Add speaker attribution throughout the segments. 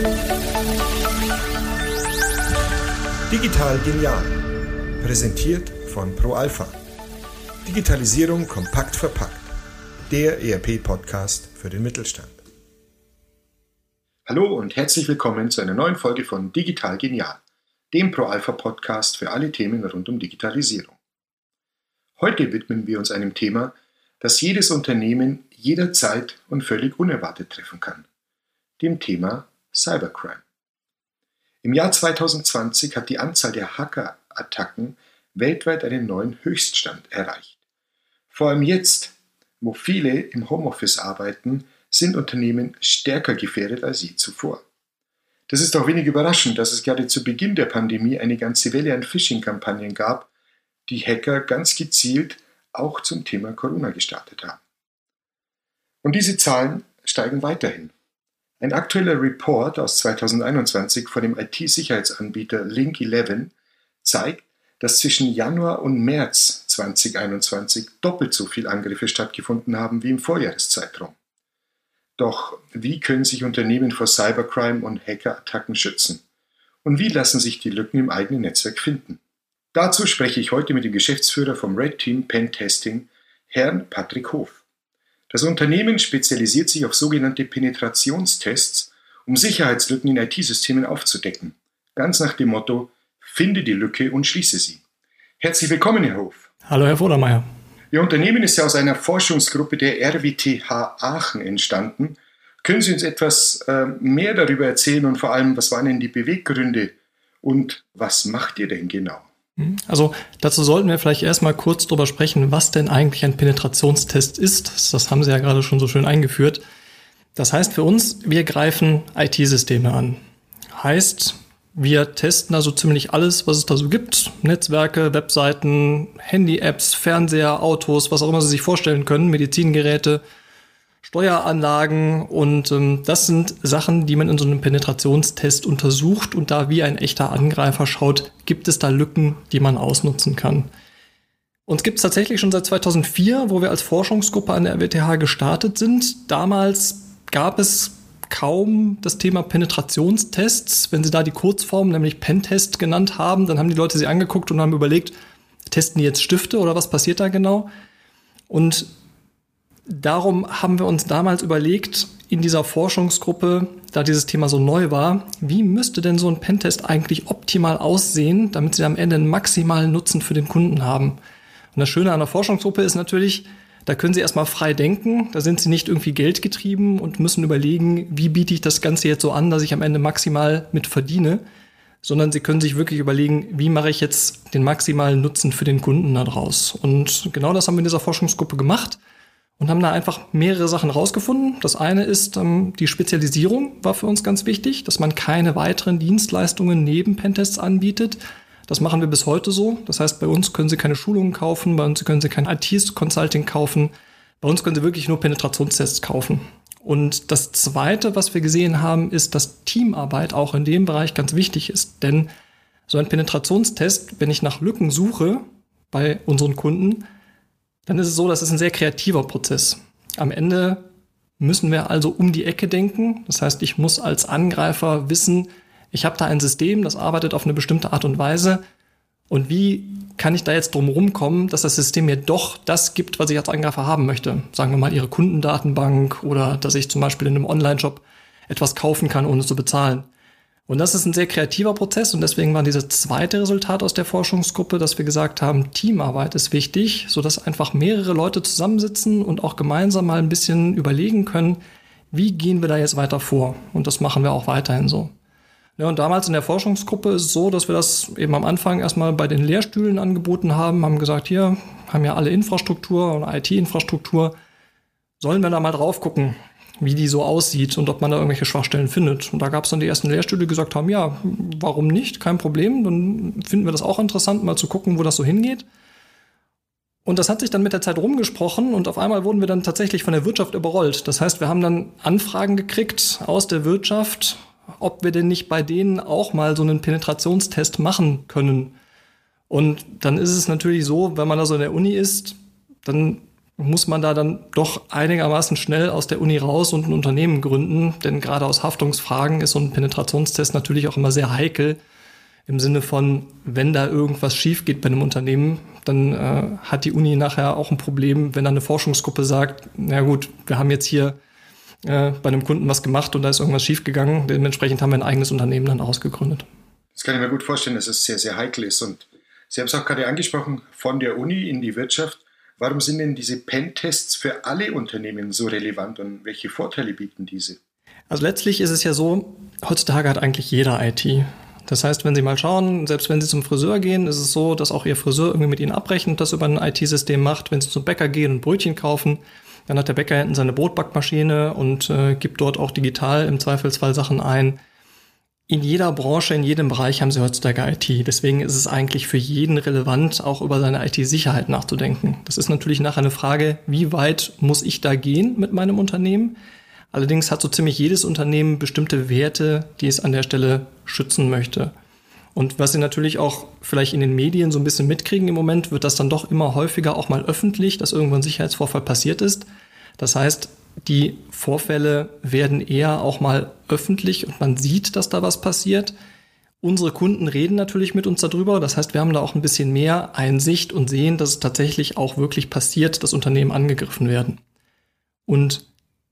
Speaker 1: Digital genial. Präsentiert von ProAlpha. Digitalisierung kompakt verpackt. Der ERP-Podcast für den Mittelstand.
Speaker 2: Hallo und herzlich willkommen zu einer neuen Folge von Digital genial, dem ProAlpha-Podcast für alle Themen rund um Digitalisierung. Heute widmen wir uns einem Thema, das jedes Unternehmen jederzeit und völlig unerwartet treffen kann, dem Thema Cybercrime. Im Jahr 2020 hat die Anzahl der Hackerattacken weltweit einen neuen Höchststand erreicht. Vor allem jetzt, wo viele im Homeoffice arbeiten, sind Unternehmen stärker gefährdet als je zuvor. Das ist auch wenig überraschend, dass es gerade zu Beginn der Pandemie eine ganze Welle an Phishing-Kampagnen gab, die Hacker ganz gezielt auch zum Thema Corona gestartet haben. Und diese Zahlen steigen weiterhin. Ein aktueller Report aus 2021 von dem IT-Sicherheitsanbieter Link11 zeigt, dass zwischen Januar und März 2021 doppelt so viele Angriffe stattgefunden haben wie im Vorjahreszeitraum. Doch wie können sich Unternehmen vor Cybercrime und Hackerattacken schützen? Und wie lassen sich die Lücken im eigenen Netzwerk finden? Dazu spreche ich heute mit dem Geschäftsführer vom Red Team Pen Testing, Herrn Patrick Hof. Das Unternehmen spezialisiert sich auf sogenannte Penetrationstests, um Sicherheitslücken in IT-Systemen aufzudecken. Ganz nach dem Motto, finde die Lücke und schließe sie. Herzlich willkommen, Herr Hof.
Speaker 3: Hallo, Herr Vodermeier.
Speaker 2: Ihr Unternehmen ist ja aus einer Forschungsgruppe der RWTH Aachen entstanden. Können Sie uns etwas mehr darüber erzählen und vor allem, was waren denn die Beweggründe und was macht ihr denn genau?
Speaker 3: Also dazu sollten wir vielleicht erstmal kurz drüber sprechen, was denn eigentlich ein Penetrationstest ist. Das haben Sie ja gerade schon so schön eingeführt. Das heißt für uns, wir greifen IT-Systeme an. Heißt, wir testen also ziemlich alles, was es da so gibt. Netzwerke, Webseiten, Handy-Apps, Fernseher, Autos, was auch immer Sie sich vorstellen können, Medizingeräte, Steueranlagen und das sind Sachen, die man in so einem Penetrationstest untersucht und da wie ein echter Angreifer schaut, gibt es da Lücken, die man ausnutzen kann. Uns gibt es tatsächlich schon seit 2004, wo wir als Forschungsgruppe an der RWTH gestartet sind. Damals gab es kaum das Thema Penetrationstests. Wenn Sie da die Kurzform, nämlich Pentest genannt haben, dann haben die Leute sie angeguckt und haben überlegt, testen die jetzt Stifte oder was passiert da genau? Und darum haben wir uns damals überlegt, in dieser Forschungsgruppe, da dieses Thema so neu war, wie müsste denn so ein Pentest eigentlich optimal aussehen, damit sie am Ende einen maximalen Nutzen für den Kunden haben. Und das Schöne an der Forschungsgruppe ist natürlich, da können Sie erstmal frei denken, da sind Sie nicht irgendwie geldgetrieben und müssen überlegen, wie biete ich das Ganze jetzt so an, dass ich am Ende maximal mit verdiene, sondern Sie können sich wirklich überlegen, wie mache ich jetzt den maximalen Nutzen für den Kunden daraus. Und genau das haben wir in dieser Forschungsgruppe gemacht. Und haben da einfach mehrere Sachen rausgefunden. Das eine ist, die Spezialisierung war für uns ganz wichtig, dass man keine weiteren Dienstleistungen neben Pentests anbietet. Das machen wir bis heute so. Das heißt, bei uns können Sie keine Schulungen kaufen, bei uns können Sie kein IT-Consulting kaufen. Bei uns können Sie wirklich nur Penetrationstests kaufen. Und das Zweite, was wir gesehen haben, ist, dass Teamarbeit auch in dem Bereich ganz wichtig ist. Denn so ein Penetrationstest, wenn ich nach Lücken suche bei unseren Kunden, dann ist es so, das ist ein sehr kreativer Prozess. Am Ende müssen wir also um die Ecke denken. Das heißt, ich muss als Angreifer wissen, ich habe da ein System, das arbeitet auf eine bestimmte Art und Weise. Und wie kann ich da jetzt drum rumkommen, dass das System mir doch das gibt, was ich als Angreifer haben möchte? Sagen wir mal Ihre Kundendatenbank oder dass ich zum Beispiel in einem Online-Shop etwas kaufen kann, ohne zu bezahlen. Und das ist ein sehr kreativer Prozess und deswegen war dieses zweite Resultat aus der Forschungsgruppe, dass wir gesagt haben, Teamarbeit ist wichtig, sodass einfach mehrere Leute zusammensitzen und auch gemeinsam mal ein bisschen überlegen können, wie gehen wir da jetzt weiter vor? Und das machen wir auch weiterhin so. Ja, und damals in der Forschungsgruppe ist es so, dass wir das eben am Anfang erstmal bei den Lehrstühlen angeboten haben gesagt, hier haben ja alle Infrastruktur und IT-Infrastruktur, sollen wir da mal drauf gucken, wie die so aussieht und ob man da irgendwelche Schwachstellen findet. Und da gab es dann die ersten Lehrstühle, die gesagt haben, ja, warum nicht, kein Problem, dann finden wir das auch interessant, mal zu gucken, wo das so hingeht. Und das hat sich dann mit der Zeit rumgesprochen und auf einmal wurden wir dann tatsächlich von der Wirtschaft überrollt. Das heißt, wir haben dann Anfragen gekriegt aus der Wirtschaft, ob wir denn nicht bei denen auch mal so einen Penetrationstest machen können. Und dann ist es natürlich so, wenn man da so in der Uni ist, dann muss man da dann doch einigermaßen schnell aus der Uni raus und ein Unternehmen gründen. Denn gerade aus Haftungsfragen ist so ein Penetrationstest natürlich auch immer sehr heikel. Im Sinne von, wenn da irgendwas schief geht bei einem Unternehmen, dann hat die Uni nachher auch ein Problem, wenn dann eine Forschungsgruppe sagt, na gut, wir haben jetzt hier bei einem Kunden was gemacht und da ist irgendwas schief gegangen. Dementsprechend haben wir ein eigenes Unternehmen dann ausgegründet.
Speaker 2: Das kann ich mir gut vorstellen, dass es sehr, sehr heikel ist. Und Sie haben es auch gerade angesprochen, von der Uni in die Wirtschaft. Warum sind denn diese Pentests für alle Unternehmen so relevant und welche Vorteile bieten diese?
Speaker 3: Also letztlich ist es ja so, heutzutage hat eigentlich jeder IT. Das heißt, wenn Sie mal schauen, selbst wenn Sie zum Friseur gehen, ist es so, dass auch Ihr Friseur irgendwie mit Ihnen abrechnet, das über ein IT-System macht. Wenn Sie zum Bäcker gehen und Brötchen kaufen, dann hat der Bäcker hinten seine Brotbackmaschine und gibt dort auch digital im Zweifelsfall Sachen ein. In jeder Branche, in jedem Bereich haben Sie heutzutage IT. Deswegen ist es eigentlich für jeden relevant, auch über seine IT-Sicherheit nachzudenken. Das ist natürlich nachher eine Frage, wie weit muss ich da gehen mit meinem Unternehmen? Allerdings hat so ziemlich jedes Unternehmen bestimmte Werte, die es an der Stelle schützen möchte. Und was Sie natürlich auch vielleicht in den Medien so ein bisschen mitkriegen im Moment, wird das dann doch immer häufiger auch mal öffentlich, dass irgendwo ein Sicherheitsvorfall passiert ist. Das heißt, die Vorfälle werden eher auch mal öffentlich und man sieht, dass da was passiert. Unsere Kunden reden natürlich mit uns darüber. Das heißt, wir haben da auch ein bisschen mehr Einsicht und sehen, dass es tatsächlich auch wirklich passiert, dass Unternehmen angegriffen werden. Und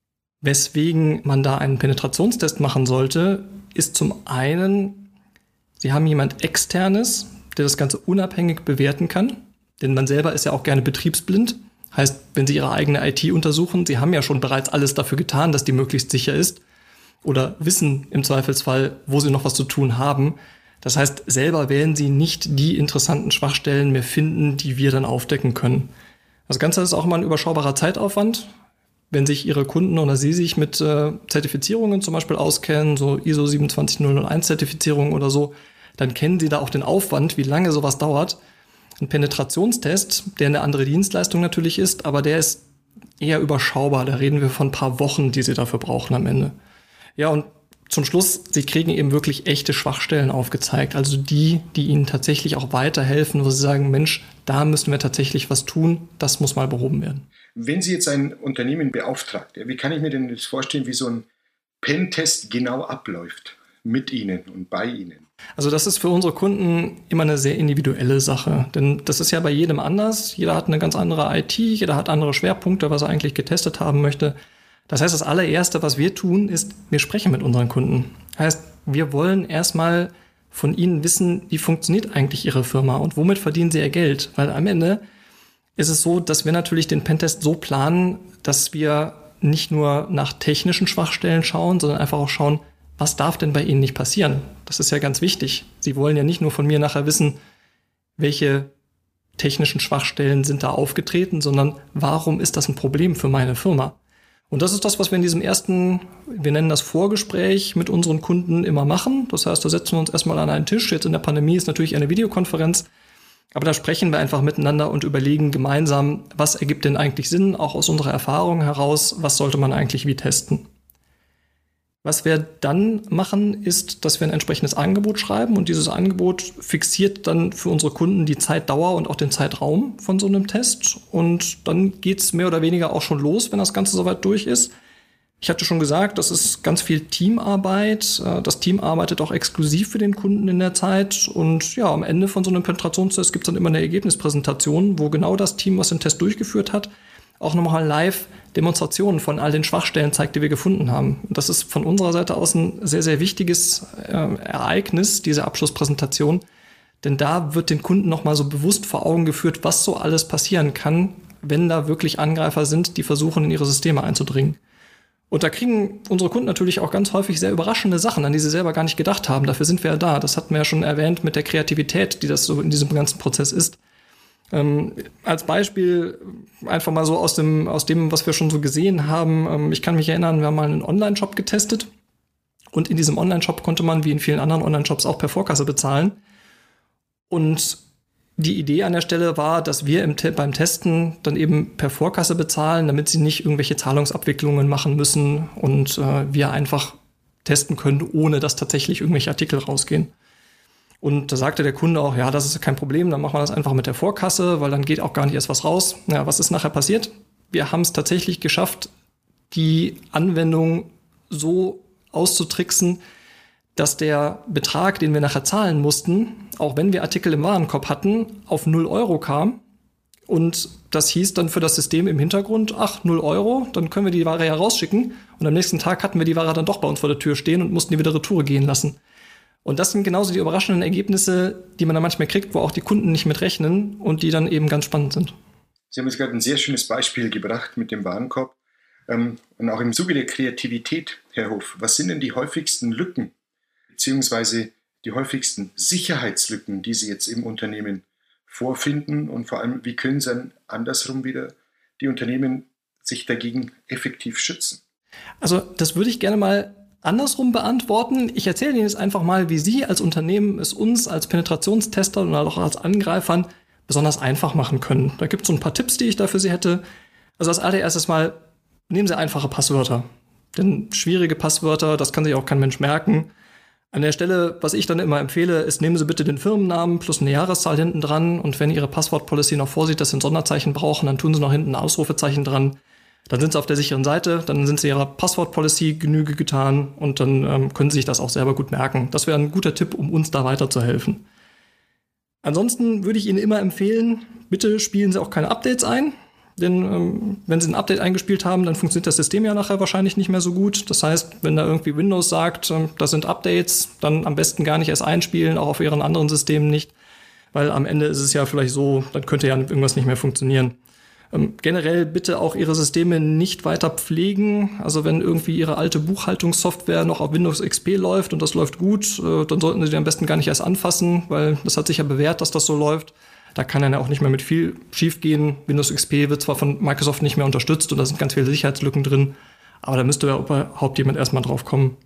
Speaker 3: weswegen man da einen Penetrationstest machen sollte, ist zum einen, Sie haben jemand Externes, der das Ganze unabhängig bewerten kann. Denn man selber ist ja auch gerne betriebsblind. Heißt, wenn Sie Ihre eigene IT untersuchen, Sie haben ja schon bereits alles dafür getan, dass die möglichst sicher ist. Oder wissen im Zweifelsfall, wo Sie noch was zu tun haben. Das heißt, selber werden Sie nicht die interessanten Schwachstellen mehr finden, die wir dann aufdecken können. Das Ganze ist auch immer ein überschaubarer Zeitaufwand. Wenn sich Ihre Kunden oder Sie sich mit Zertifizierungen zum Beispiel auskennen, so ISO 27001 Zertifizierungen oder so, dann kennen Sie da auch den Aufwand, wie lange sowas dauert. Ein Penetrationstest, der eine andere Dienstleistung natürlich ist, aber der ist eher überschaubar. Da reden wir von ein paar Wochen, die Sie dafür brauchen am Ende. Ja, und zum Schluss, Sie kriegen eben wirklich echte Schwachstellen aufgezeigt. Also die Ihnen tatsächlich auch weiterhelfen, wo Sie sagen, Mensch, da müssen wir tatsächlich was tun, das muss mal behoben werden.
Speaker 2: Wenn Sie jetzt ein Unternehmen beauftragt, wie kann ich mir denn das vorstellen, wie so ein Pentest genau abläuft mit Ihnen und bei Ihnen?
Speaker 3: Also das ist für unsere Kunden immer eine sehr individuelle Sache, denn das ist ja bei jedem anders. Jeder hat eine ganz andere IT, jeder hat andere Schwerpunkte, was er eigentlich getestet haben möchte. Das heißt, das allererste, was wir tun, ist, wir sprechen mit unseren Kunden. Heißt, wir wollen erstmal von ihnen wissen, wie funktioniert eigentlich ihre Firma und womit verdienen sie ihr Geld. Weil am Ende ist es so, dass wir natürlich den Pentest so planen, dass wir nicht nur nach technischen Schwachstellen schauen, sondern einfach auch schauen, was darf denn bei Ihnen nicht passieren? Das ist ja ganz wichtig. Sie wollen ja nicht nur von mir nachher wissen, welche technischen Schwachstellen sind da aufgetreten, sondern warum ist das ein Problem für meine Firma? Und das ist das, was wir in diesem ersten, wir nennen das Vorgespräch, mit unseren Kunden immer machen. Das heißt, da setzen wir uns erstmal an einen Tisch. Jetzt in der Pandemie ist natürlich eine Videokonferenz. Aber da sprechen wir einfach miteinander und überlegen gemeinsam, was ergibt denn eigentlich Sinn, auch aus unserer Erfahrung heraus, was sollte man eigentlich wie testen. Was wir dann machen, ist, dass wir ein entsprechendes Angebot schreiben und dieses Angebot fixiert dann für unsere Kunden die Zeitdauer und auch den Zeitraum von so einem Test und dann geht's mehr oder weniger auch schon los, wenn das Ganze soweit durch ist. Ich hatte schon gesagt, das ist ganz viel Teamarbeit. Das Team arbeitet auch exklusiv für den Kunden in der Zeit und ja, am Ende von so einem Penetrationstest gibt's dann immer eine Ergebnispräsentation, wo genau das Team, was den Test durchgeführt hat, auch nochmal live Demonstrationen von all den Schwachstellen zeigt, die wir gefunden haben. Und das ist von unserer Seite aus ein sehr, sehr wichtiges Ereignis, diese Abschlusspräsentation. Denn da wird den Kunden nochmal so bewusst vor Augen geführt, was so alles passieren kann, wenn da wirklich Angreifer sind, die versuchen, in ihre Systeme einzudringen. Und da kriegen unsere Kunden natürlich auch ganz häufig sehr überraschende Sachen, an die sie selber gar nicht gedacht haben. Dafür sind wir ja da. Das hatten wir ja schon erwähnt mit der Kreativität, die das so in diesem ganzen Prozess ist. Als Beispiel einfach mal so aus dem, was wir schon so gesehen haben. Ich kann mich erinnern, wir haben mal einen Online-Shop getestet und in diesem Online-Shop konnte man wie in vielen anderen Online-Shops auch per Vorkasse bezahlen. Und die Idee an der Stelle war, dass wir beim Testen dann eben per Vorkasse bezahlen, damit sie nicht irgendwelche Zahlungsabwicklungen machen müssen und wir einfach testen können, ohne dass tatsächlich irgendwelche Artikel rausgehen. Und da sagte der Kunde auch, ja, das ist kein Problem, dann machen wir das einfach mit der Vorkasse, weil dann geht auch gar nicht erst was raus. Ja, was ist nachher passiert? wir haben es tatsächlich geschafft, die Anwendung so auszutricksen, dass der Betrag, den wir nachher zahlen mussten, auch wenn wir Artikel im Warenkorb hatten, auf 0 Euro kam. Und das hieß dann für das System im Hintergrund, 0 Euro, dann können wir die Ware ja rausschicken. Und am nächsten Tag hatten wir die Ware dann doch bei uns vor der Tür stehen und mussten die wieder retour gehen lassen. Und das sind genauso die überraschenden Ergebnisse, die man dann manchmal kriegt, wo auch die Kunden nicht mit rechnen und die dann eben ganz spannend sind.
Speaker 2: Sie haben jetzt gerade ein sehr schönes Beispiel gebracht mit dem Warenkorb. Und auch im Zuge der Kreativität, Herr Hof, was sind denn die häufigsten Lücken, beziehungsweise die häufigsten Sicherheitslücken, die Sie jetzt im Unternehmen vorfinden? Und vor allem, wie können Sie dann andersrum wieder die Unternehmen sich dagegen effektiv schützen?
Speaker 3: Also das würde ich gerne mal andersrum beantworten. Ich erzähle Ihnen jetzt einfach mal, wie Sie als Unternehmen es uns als Penetrationstester und auch als Angreifern besonders einfach machen können. Da gibt es so ein paar Tipps, die ich da für Sie hätte. Also als allererstes mal, nehmen Sie einfache Passwörter. Denn schwierige Passwörter, das kann sich auch kein Mensch merken. An der Stelle, was ich dann immer empfehle, ist, nehmen Sie bitte den Firmennamen plus eine Jahreszahl hinten dran. Und wenn Ihre Passwort-Policy noch vorsieht, dass Sie ein Sonderzeichen brauchen, dann tun Sie noch hinten ein Ausrufezeichen dran. Dann sind Sie auf der sicheren Seite, dann sind Sie Ihrer Passwort-Policy Genüge getan und dann können Sie sich das auch selber gut merken. Das wäre ein guter Tipp, um uns da weiterzuhelfen. Ansonsten würde ich Ihnen immer empfehlen, bitte spielen Sie auch keine Updates ein. Denn wenn Sie ein Update eingespielt haben, dann funktioniert das System ja nachher wahrscheinlich nicht mehr so gut. Das heißt, wenn da irgendwie Windows sagt, das sind Updates, dann am besten gar nicht erst einspielen, auch auf Ihren anderen Systemen nicht. Weil am Ende ist es ja vielleicht so, dann könnte ja irgendwas nicht mehr funktionieren. Generell bitte auch Ihre Systeme nicht weiter pflegen. Also wenn irgendwie Ihre alte Buchhaltungssoftware noch auf Windows XP läuft und das läuft gut, dann sollten Sie die am besten gar nicht erst anfassen, weil das hat sich ja bewährt, dass das so läuft. Da kann dann ja auch nicht mehr mit viel schief gehen. Windows XP wird zwar von Microsoft nicht mehr unterstützt und da sind ganz viele Sicherheitslücken drin, aber da müsste ja überhaupt jemand erstmal drauf kommen.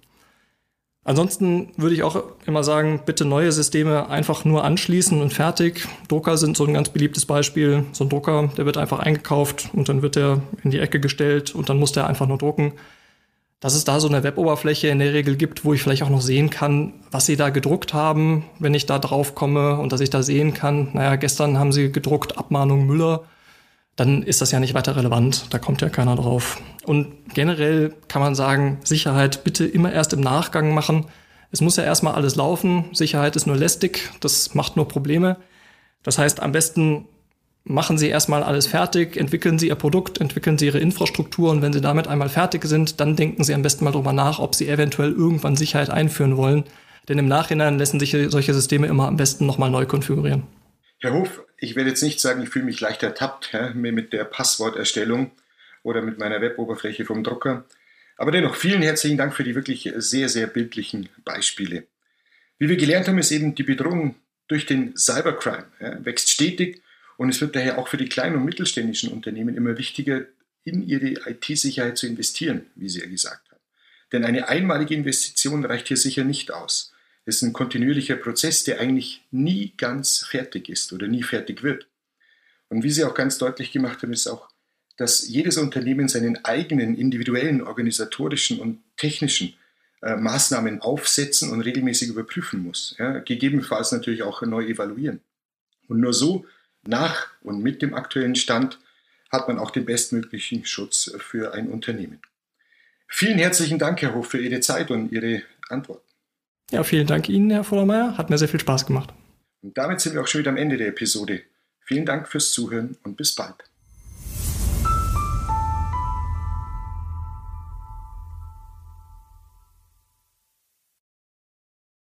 Speaker 3: Ansonsten würde ich auch immer sagen, bitte neue Systeme einfach nur anschließen und fertig. Drucker sind so ein ganz beliebtes Beispiel. So ein Drucker, der wird einfach eingekauft und dann wird der in die Ecke gestellt und dann muss der einfach nur drucken. Dass es da so eine Weboberfläche in der Regel gibt, wo ich vielleicht auch noch sehen kann, was Sie da gedruckt haben, wenn ich da drauf komme und dass ich da sehen kann, naja, gestern haben Sie gedruckt Abmahnung Müller, dann ist das ja nicht weiter relevant, da kommt ja keiner drauf. Und generell kann man sagen, Sicherheit bitte immer erst im Nachgang machen. Es muss ja erstmal alles laufen, Sicherheit ist nur lästig, das macht nur Probleme. Das heißt, am besten machen Sie erstmal alles fertig, entwickeln Sie Ihr Produkt, entwickeln Sie Ihre Infrastruktur und wenn Sie damit einmal fertig sind, dann denken Sie am besten mal drüber nach, ob Sie eventuell irgendwann Sicherheit einführen wollen. Denn im Nachhinein lassen sich solche Systeme immer am besten nochmal neu konfigurieren.
Speaker 2: Herr Hof, ich werde jetzt nicht sagen, ich fühle mich leicht ertappt mit der Passworterstellung oder mit meiner Weboberfläche vom Drucker. Aber dennoch vielen herzlichen Dank für die wirklich sehr, sehr bildlichen Beispiele. Wie wir gelernt haben, ist eben die Bedrohung durch den Cybercrime wächst stetig und es wird daher auch für die kleinen und mittelständischen Unternehmen immer wichtiger, in ihre IT-Sicherheit zu investieren, wie Sie ja gesagt haben. Denn eine einmalige Investition reicht hier sicher nicht aus. Es ist ein kontinuierlicher Prozess, der eigentlich nie ganz fertig ist oder nie fertig wird. Und wie Sie auch ganz deutlich gemacht haben, ist auch, dass jedes Unternehmen seinen eigenen individuellen organisatorischen und technischen Maßnahmen aufsetzen und regelmäßig überprüfen muss. Ja, gegebenenfalls natürlich auch neu evaluieren. Und nur so, nach und mit dem aktuellen Stand, hat man auch den bestmöglichen Schutz für ein Unternehmen. Vielen herzlichen Dank, Herr Hof, für Ihre Zeit und Ihre Antworten.
Speaker 3: Ja, vielen Dank Ihnen, Herr Vollermeier. Hat mir sehr viel Spaß gemacht.
Speaker 2: Und damit sind wir auch schon wieder am Ende der Episode. Vielen Dank fürs Zuhören und bis bald.